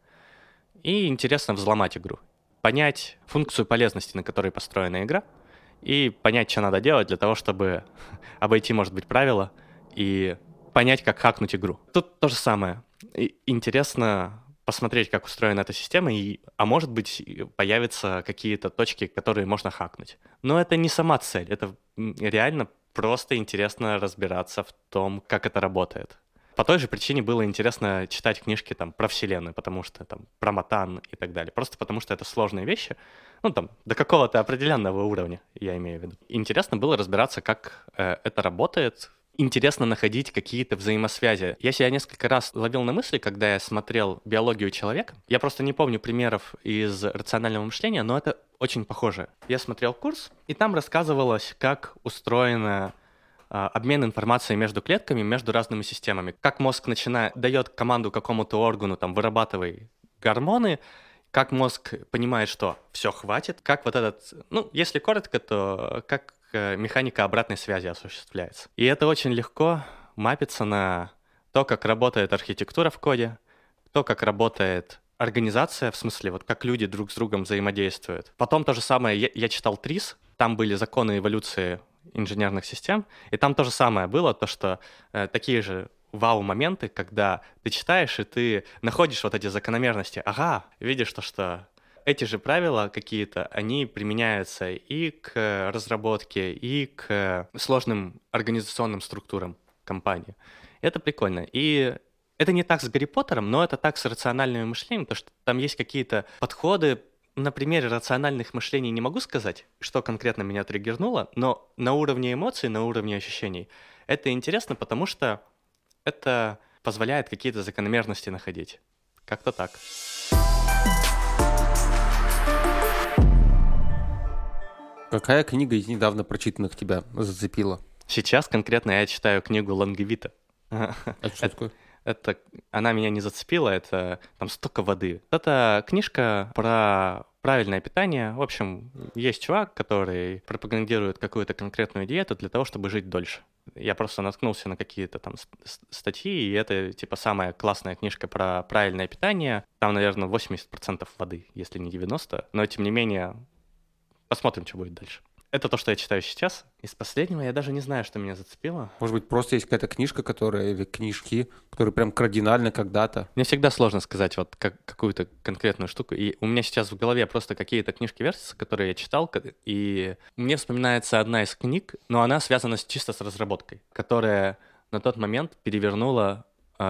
И интересно взломать игру. Понять функцию полезности, на которой построена игра, и понять, что надо делать для того, чтобы обойти, может быть, правила и понять, как хакнуть игру. Тут то же самое. И интересно посмотреть, как устроена эта система, а может быть, появятся какие-то точки, которые можно хакнуть. Но это не сама цель, это реально просто интересно разбираться в том, как это работает. По той же причине было интересно читать книжки там, про Вселенную, потому что там про Матан и так далее. Просто потому что это сложные вещи, ну там до какого-то определенного уровня, я имею в виду. Интересно было разбираться, как это работает. Интересно находить какие-то взаимосвязи. Я себя несколько раз ловил на мысли, когда я смотрел биологию человека. Я просто не помню примеров из рационального мышления, но это очень похоже. Я смотрел курс, и там рассказывалось, как устроена обмен информацией между клетками, между разными системами. Как мозг дает команду какому-то органу, там, вырабатывай гормоны, как мозг понимает, что все, хватит, как вот этот, ну, если коротко, то как механика обратной связи осуществляется. И это очень легко мапится на то, как работает архитектура в коде, то, как работает организация, в смысле, вот как люди друг с другом взаимодействуют. Потом то же самое, я читал ТРИС, там были законы эволюции инженерных систем, и там то же самое было, то, что такие же вау-моменты, когда ты читаешь, и ты находишь вот эти закономерности. Ага, видишь то, что эти же правила какие-то, они применяются и к разработке, и к сложным организационным структурам компании. Это прикольно. И это не так с Гарри Поттером, но это так с рациональным мышлением, потому что там есть какие-то подходы. На примере рациональных мышлений не могу сказать, что конкретно меня триггернуло, но на уровне эмоций, на уровне ощущений это интересно, потому что это позволяет какие-то закономерности находить. Как-то так. Какая книга из недавно прочитанных тебя зацепила? Сейчас конкретно я читаю книгу Лангевита. А что такое? Она меня не зацепила, это там столько воды. Это книжка про правильное питание. В общем, есть чувак, который пропагандирует какую-то конкретную диету для того, чтобы жить дольше. Я просто наткнулся на какие-то там статьи, и это типа самая классная книжка про правильное питание. Там, наверное, 80% воды, если не 90%. Но, тем не менее, посмотрим, что будет дальше. Это то, что я читаю сейчас. Из последнего я даже не знаю, что меня зацепило. Может быть, просто есть какая-то книжка, или книжки, которые прям кардинально когда-то. Мне всегда сложно сказать вот какую-то конкретную штуку. И у меня сейчас в голове просто какие-то книжки вертятся, которые я читал, и мне вспоминается одна из книг, но она связана чисто с разработкой, которая на тот момент перевернула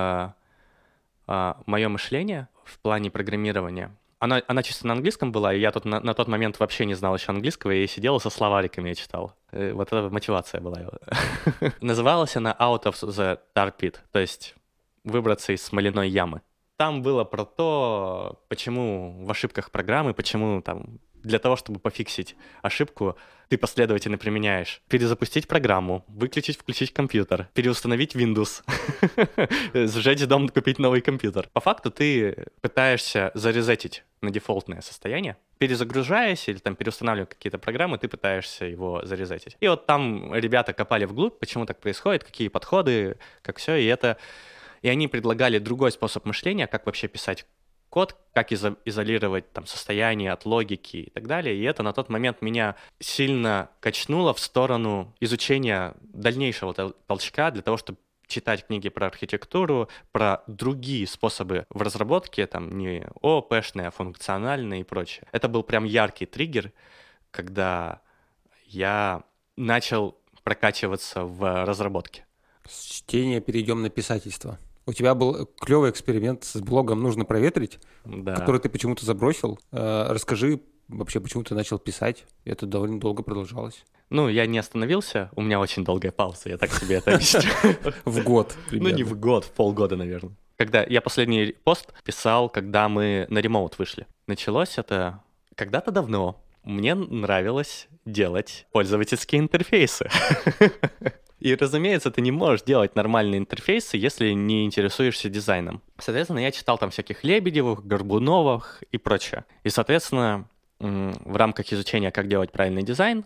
мое мышление в плане программирования. Она чисто на английском была, и я тут на тот момент вообще не знал еще английского, и сидел со словариками и читал. Вот это мотивация была. Называлась она Out of the Tar Pit, то есть выбраться из смоляной ямы. Там было про то, почему в ошибках программы, почему там для того, чтобы пофиксить ошибку, ты последовательно применяешь перезапустить программу, выключить, включить компьютер, переустановить Windows, сжечь дом, купить новый компьютер. По факту ты пытаешься зарезетить на дефолтное состояние, перезагружаясь или там переустанавливая какие-то программы, ты пытаешься его зарезетить. И вот там ребята копали вглубь, почему так происходит, какие подходы, как все, и они предлагали другой способ мышления, как вообще писать код, как изолировать там состояние от логики и так далее. И это на тот момент меня сильно качнуло в сторону изучения дальнейшего толчка для того, чтобы читать книги про архитектуру, про другие способы в разработке, там не ООП-шные, а функциональные и прочее. Это был прям яркий триггер, когда я начал прокачиваться в разработке. С чтения перейдем на писательство. У тебя был клевый эксперимент с блогом «Нужно проветрить», да. который ты почему-то забросил. Расскажи вообще, почему ты начал писать. Это довольно долго продолжалось. Ну, я не остановился, у меня очень долгая пауза, я так себе это объясню. В год примерно. Ну, не в год, в полгода, наверное. Когда я последний пост писал, когда мы на ремоут вышли. Началось это когда-то давно. Мне нравилось делать пользовательские интерфейсы. И, разумеется, ты не можешь делать нормальные интерфейсы, если не интересуешься дизайном. Соответственно, я читал там всяких Лебедевых, Горбуновых и прочее. И, соответственно, в рамках изучения, как делать правильный дизайн,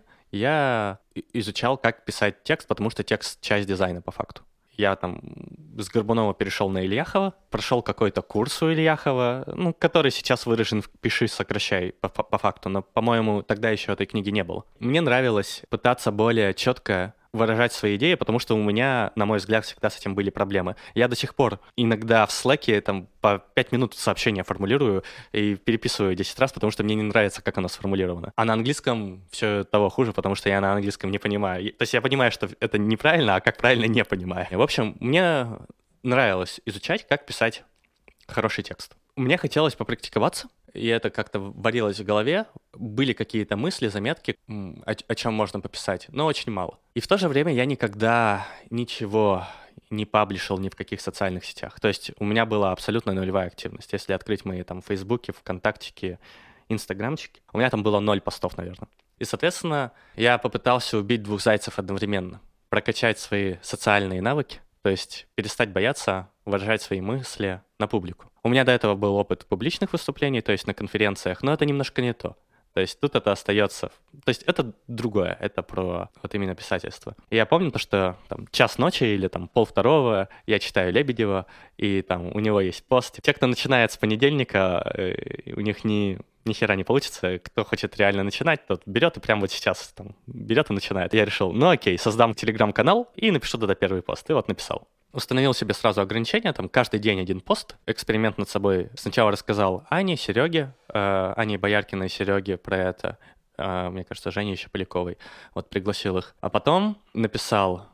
я изучал, как писать текст, потому что текст — часть дизайна по факту. Я там с Горбунова перешел на Ильяхова, прошел какой-то курс у Ильяхова, ну, который сейчас выражен в «пиши, сокращай» по факту, но, по-моему, тогда еще этой книги не было. Мне нравилось пытаться более четко выражать свои идеи, потому что у меня, на мой взгляд, всегда с этим были проблемы. Я до сих пор иногда в Slack'е там по 5 минут сообщения формулирую и переписываю 10 раз, потому что мне не нравится, как оно сформулировано. А на английском все того хуже, потому что я на английском не понимаю. То есть я понимаю, что это неправильно, а как правильно не понимаю. В общем, мне нравилось изучать, как писать хороший текст. Мне хотелось попрактиковаться, и это как-то варилось в голове. Были какие-то мысли, заметки, о чем можно пописать, но очень мало. И в то же время я никогда ничего не паблишил ни в каких социальных сетях. То есть у меня была абсолютно нулевая активность. Если открыть мои там Фейсбуки, ВКонтактики, Инстаграмчики, у меня там было 0 постов, наверное. И, соответственно, я попытался убить 2 зайцев одновременно. Прокачать свои социальные навыки, то есть перестать бояться выражать свои мысли на публику. У меня до этого был опыт публичных выступлений, то есть на конференциях, но это немножко не то. То есть тут это остается... То есть это другое, это про вот именно писательство. И я помню то, что там 1:00 ночи или там 1:30 я читаю Лебедева, и там у него есть пост. Те, кто начинает с понедельника, у них ни хера не получится. Кто хочет реально начинать, тот берет и прямо вот сейчас там берет и начинает. Я решил, ну окей, создам телеграм-канал и напишу туда первый пост. И вот написал. Установил себе сразу ограничения, там каждый день 1 пост, эксперимент над собой. Сначала рассказал Ане, Сереге, Ане Бояркиной и Сереге про это, мне кажется, Жене еще Поляковой, вот пригласил их. А потом написал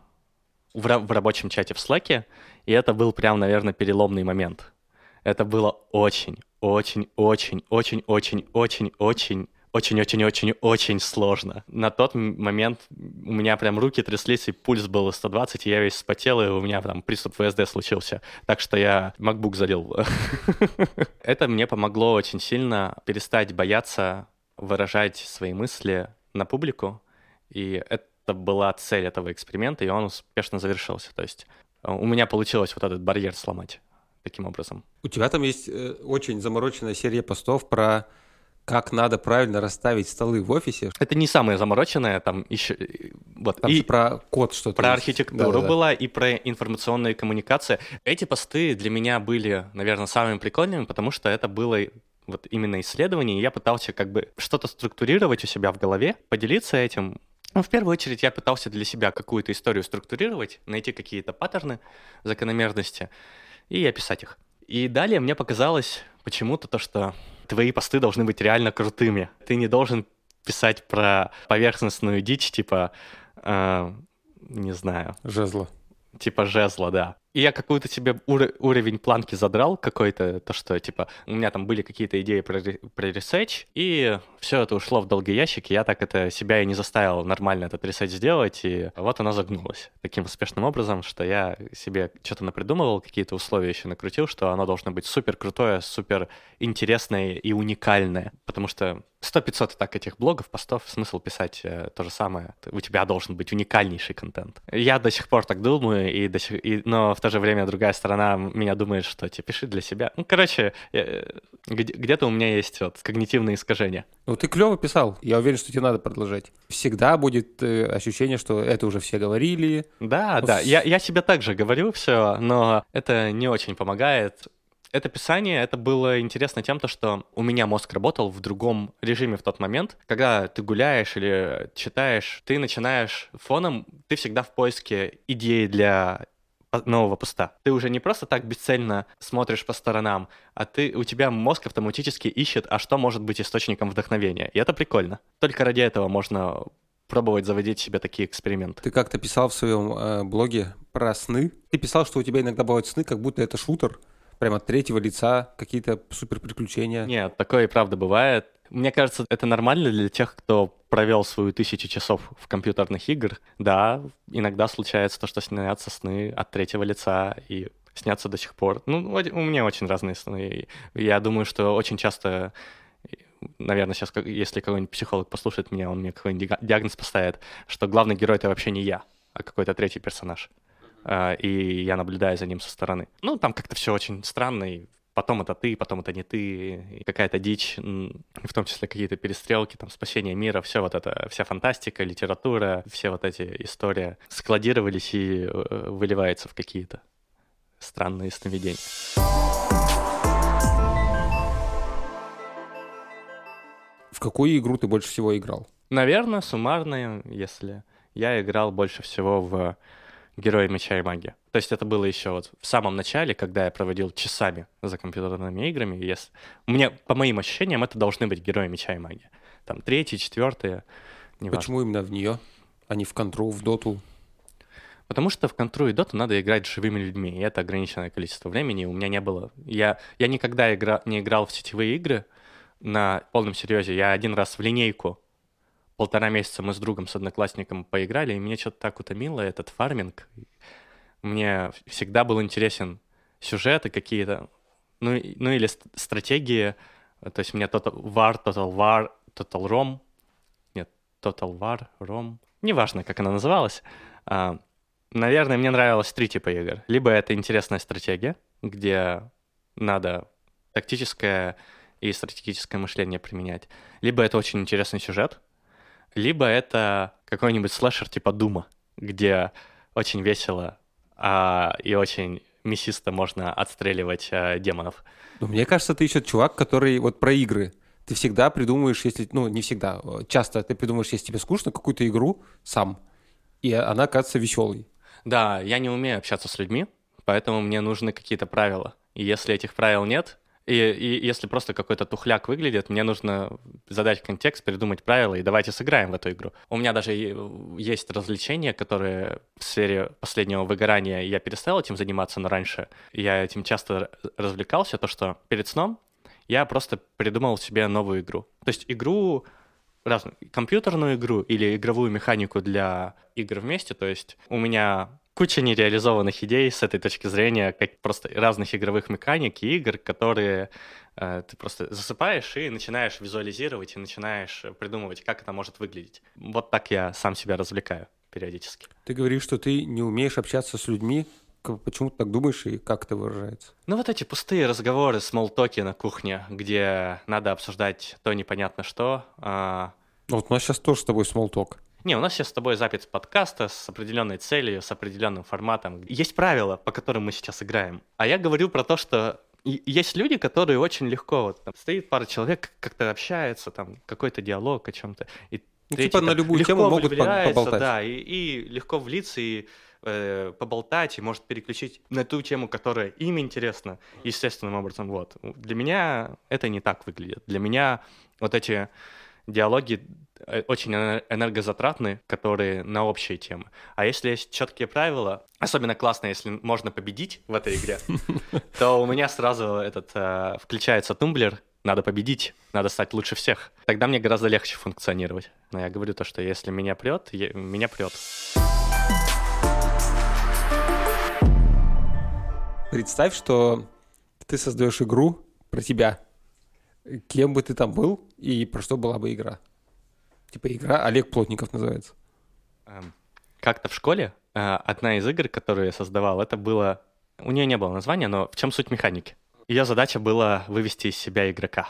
в рабочем чате в Slack'е, и это был прям, наверное, переломный момент. Это было очень сложно. На тот момент у меня прям руки тряслись, и пульс был 120, и я весь вспотел, и у меня там приступ ВСД случился. Так что я MacBook залил. Это мне помогло очень сильно перестать бояться выражать свои мысли на публику, и это была цель этого эксперимента, и он успешно завершился. То есть у меня получилось вот этот барьер сломать таким образом. У тебя там есть очень замороченная серия постов про как надо правильно расставить столы в офисе. Это не самое замороченное, там еще... Вот. Там и про код что-то. Про архитектуру было, и про информационные коммуникации. Эти посты для меня были, наверное, самыми прикольными, потому что это было вот именно исследование, и я пытался как бы что-то структурировать у себя в голове, поделиться этим. Ну, в первую очередь я пытался для себя какую-то историю структурировать, найти какие-то паттерны, закономерности и описать их. И далее мне показалось почему-то то, что твои посты должны быть реально крутыми. Ты не должен писать про поверхностную дичь, типа, не знаю. Жезла. Типа жезла, да. И я какой-то себе уровень планки задрал какой-то, то, что, типа, у меня там были какие-то идеи про ресерч, и все это ушло в долгий ящик, и я так это себя и не заставил нормально этот ресерч сделать, и вот оно загнулось таким успешным образом, что я себе что-то напридумывал, какие-то условия еще накрутил, что оно должно быть супер крутое, супер интересное и уникальное, потому что 100-500 и так этих блогов, постов, смысл писать то же самое. У тебя должен быть уникальнейший контент. Я до сих пор так думаю, но в то же время другая сторона меня думает, что типа, пиши для себя. Ну, короче, где-то у меня есть вот когнитивные искажения. Ну, ты клево писал. Я уверен, что тебе надо продолжать. Всегда будет ощущение, что это уже все говорили. Да, да. Я себе также говорю все, но это не очень помогает. Это писание, это было интересно тем, что у меня мозг работал в другом режиме в тот момент. Когда ты гуляешь или читаешь, ты начинаешь фоном, ты всегда в поиске идеи для нового поста. Ты уже не просто так бесцельно смотришь по сторонам, а у тебя мозг автоматически ищет, а что может быть источником вдохновения. И это прикольно. Только ради этого можно пробовать заводить себе такие эксперименты. Ты как-то писал в своем блоге про сны. Ты писал, что у тебя иногда бывают сны, как будто это шутер. Прямо от третьего лица, какие-то супер приключения. Нет, такое и правда бывает. Мне кажется, это нормально для тех, кто провел свою 1000 часов в компьютерных играх. Да, иногда случается то, что снятся сны от третьего лица и снятся до сих пор. Ну, у меня очень разные сны. Я думаю, что очень часто, наверное, сейчас, если какой-нибудь психолог послушает меня, он мне какой-нибудь диагноз поставит, что главный герой — это вообще не я, а какой-то третий персонаж. И я наблюдаю за ним со стороны. Ну, там как-то все очень странно, и потом это ты, потом это не ты, и какая-то дичь, в том числе какие-то перестрелки, там, спасение мира, все вот это, вся фантастика, литература, все вот эти истории складировались и выливаются в какие-то странные сновидения. В какую игру ты больше всего играл? Наверное, суммарно, если я играл больше всего в Герои Меча и Магии. То есть это было еще вот в самом начале, когда я проводил часами за компьютерными играми. По моим ощущениям, это должны быть Герои Меча и Магии. Там 3-й, 4-й, неважно. Почему именно в нее, а не в Контру, в Доту? Потому что в Контру и Доту надо играть с живыми людьми, и это ограниченное количество времени. У меня не было... Я никогда не играл в сетевые игры на полном серьезе. Я один раз в линейку 1,5 месяца мы с другом, с одноклассником поиграли, и меня что-то так утомило этот фарминг. Мне всегда был интересен сюжеты какие-то, ну или стратегии. То есть мне Total War, Rom, неважно, как она называлась. Наверное, мне нравилось 3 типа игр. Либо это интересная стратегия, где надо тактическое и стратегическое мышление применять. Либо это очень интересный сюжет, либо это какой-нибудь слэшер типа Дума, где очень весело и очень мясисто можно отстреливать демонов. Ну, мне кажется, ты еще чувак, который вот про игры. Ты всегда придумываешь, если... Ну, не всегда. Часто ты придумываешь, если тебе скучно, какую-то игру сам. И она кажется веселой. Да, я не умею общаться с людьми, поэтому мне нужны какие-то правила. И если этих правил нет... И если просто какой-то тухляк выглядит, мне нужно задать контекст, придумать правила, и давайте сыграем в эту игру. У меня даже есть развлечения, которые в сфере последнего выгорания я перестал этим заниматься, но раньше я этим часто развлекался, то что перед сном я просто придумал себе новую игру. То есть игру, разную, компьютерную игру или игровую механику для игр вместе, то есть у меня... Куча нереализованных идей с этой точки зрения, как просто разных игровых механик и игр, которые ты просто засыпаешь и начинаешь визуализировать, и начинаешь придумывать, как это может выглядеть. Вот так я сам себя развлекаю периодически. Ты говоришь, что ты не умеешь общаться с людьми. Почему ты так думаешь и как это выражается? Ну вот эти пустые разговоры, смолтоки на кухне, где надо обсуждать то непонятно что. Вот у нас сейчас тоже с тобой смолток. Не, у нас сейчас с тобой запись подкаста с определенной целью, с определенным форматом. Есть правила, по которым мы сейчас играем. А я говорю про то, что есть люди, которые очень легко... Вот, там, стоит пара человек, как-то общается, там какой-то диалог о чем-то. И типа на любую тему могут поболтать. Да, и легко влиться, и поболтать, и может переключить на ту тему, которая им интересна, естественным образом. Вот. Для меня это не так выглядит. Для меня вот эти диалоги очень энергозатратны, которые на общие темы. А если есть четкие правила, особенно классно, если можно победить в этой игре, то у меня сразу включается тумблер, надо победить, надо стать лучше всех. Тогда мне гораздо легче функционировать. Но я говорю то, что если меня прет, меня прет. Представь, что ты создаешь игру про тебя. Кем бы ты там был и про что была бы игра? Типа игра Олег Плотников называется. Как-то в школе одна из игр, которую я создавал, это было... У нее не было названия, но в чем суть механики? Ее задача была вывести из себя игрока.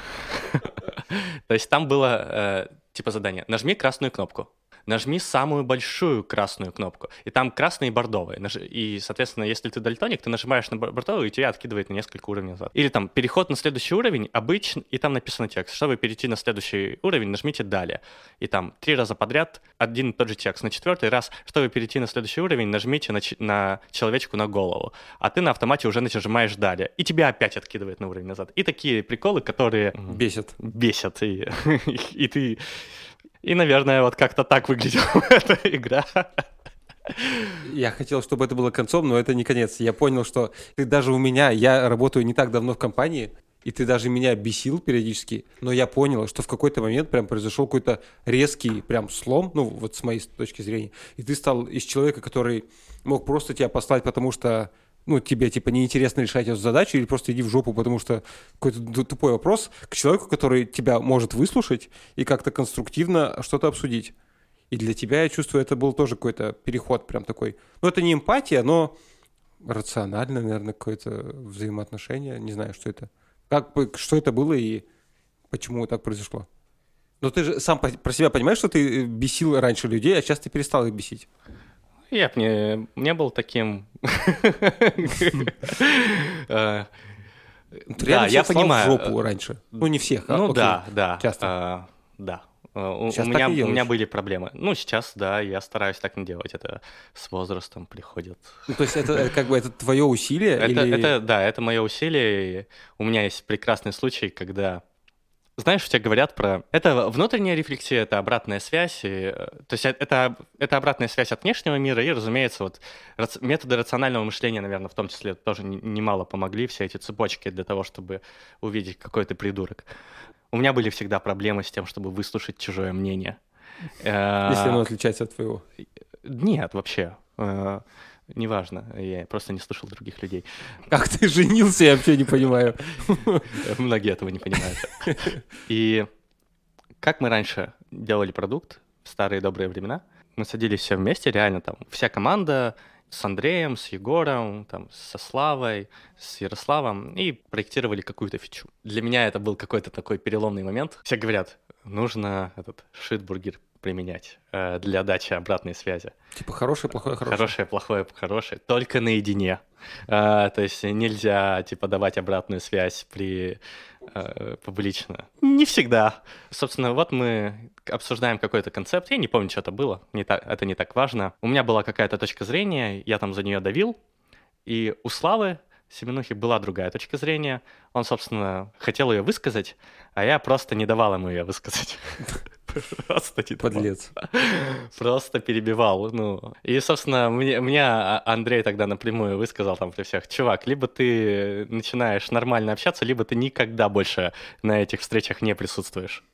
То есть там было типа задание. Нажми красную кнопку. Нажми самую большую красную кнопку. И там красные и бордовые. И, соответственно, если ты дальтоник, ты нажимаешь на бордовую, и тебя откидывает на несколько уровней назад. Или там переход на следующий уровень, обычно, и там написано текст. Чтобы перейти на следующий уровень, нажмите «Далее». И там 3 раза подряд один и тот же текст. На 4-й раз, чтобы перейти на следующий уровень, нажмите на человечку на голову. А ты на автомате уже нажимаешь «Далее». И тебя опять откидывает на уровень назад. И такие приколы, которые... Бесят. И ты... И, наверное, вот как-то так выглядела эта игра. Я хотел, чтобы это было концом, но это не конец. Я понял, что ты даже у меня, я работаю не так давно в компании, и ты даже меня бесил периодически, но я понял, что в какой-то момент прям произошел какой-то резкий прям слом, ну вот с моей точки зрения, и ты стал из человека, который мог просто тебя послать, потому что тебе, типа, неинтересно решать эту задачу, или просто иди в жопу, потому что какой-то тупой вопрос, к человеку, который тебя может выслушать и как-то конструктивно что-то обсудить. И для тебя, я чувствую, это был тоже какой-то переход прям такой. Это не эмпатия, но рациональное, наверное, какое-то взаимоотношение. Не знаю, что это. Что это было и почему так произошло. Но ты же сам про себя понимаешь, что ты бесил раньше людей, а сейчас ты перестал их бесить. Я бы не был таким... Да, я понимаю. В жопу раньше. Не всех. Да. Часто. Да. У меня были проблемы. Сейчас, да, я стараюсь так не делать. Это с возрастом приходит. То есть это как бы это твое усилие? Это мое усилие. У меня есть прекрасный случай, когда... Знаешь, все говорят про... Это внутренняя рефлексия, это обратная связь. То есть это обратная связь от внешнего мира. И, разумеется, методы рационального мышления, наверное, в том числе тоже немало помогли. Все эти цепочки для того, чтобы увидеть, какой ты придурок. У меня были всегда проблемы с тем, чтобы выслушать чужое мнение. Если оно отличается от твоего? Нет, вообще. Неважно, я просто не слышал других людей. Как ты женился, я вообще не понимаю. Многие этого не понимают. И как мы раньше делали продукт в старые добрые времена, мы садились все вместе, реально там вся команда с Андреем, с Егором, там, со Славой, с Ярославом и проектировали какую-то фичу. Для меня это был какой-то такой переломный момент. Все говорят, нужно этот шитбургер применять для дачи обратной связи. Типа хорошее, плохое, хорошее. Хорошее, плохое, хорошее. Только наедине. То есть нельзя типа давать обратную связь публично. Не всегда. Собственно, вот мы обсуждаем какой-то концепт. Я не помню, что это было. Это не так важно. У меня была какая-то точка зрения, я там за нее давил. И у Славы Семенухи была другая точка зрения. Он, собственно, хотел ее высказать, а я просто не давал ему ее высказать. Просто не давал. Подлец. Просто перебивал. И, собственно, мне Андрей тогда напрямую высказал там при всех: чувак, либо ты начинаешь нормально общаться, либо ты никогда больше на этих встречах не присутствуешь.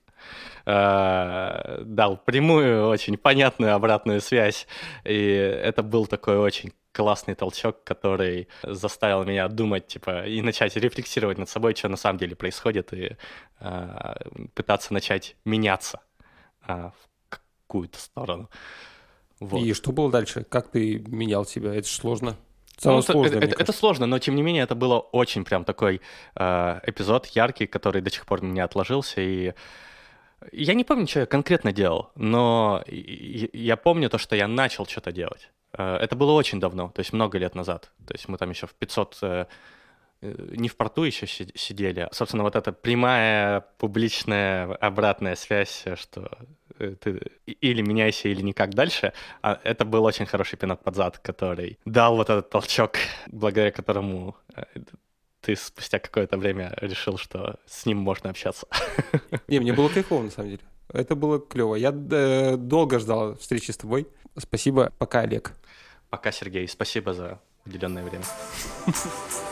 Дал прямую, очень понятную обратную связь. И это был такой очень классный толчок, который заставил меня думать, типа, и начать рефлексировать над собой, что на самом деле происходит, и пытаться начать меняться в какую-то сторону. Вот. И что было дальше? Как ты менял себя? Это же сложно. Это сложно, но тем не менее это было очень прям такой эпизод яркий, который до сих пор у меня отложился, и я не помню, что я конкретно делал, но я помню то, что я начал что-то делать. Это было очень давно, то есть много лет назад. То есть мы там еще в 500... не в порту еще сидели. Собственно, вот эта прямая публичная обратная связь, что ты или меняйся, или никак дальше, это был очень хороший пинок под зад, который дал вот этот толчок, благодаря которому ты спустя какое-то время решил, что с ним можно общаться. Не, мне было кайфово, на самом деле. Это было клево. Я долго ждал встречи с тобой. Спасибо. Пока, Олег. Пока, Сергей. Спасибо за уделенное время.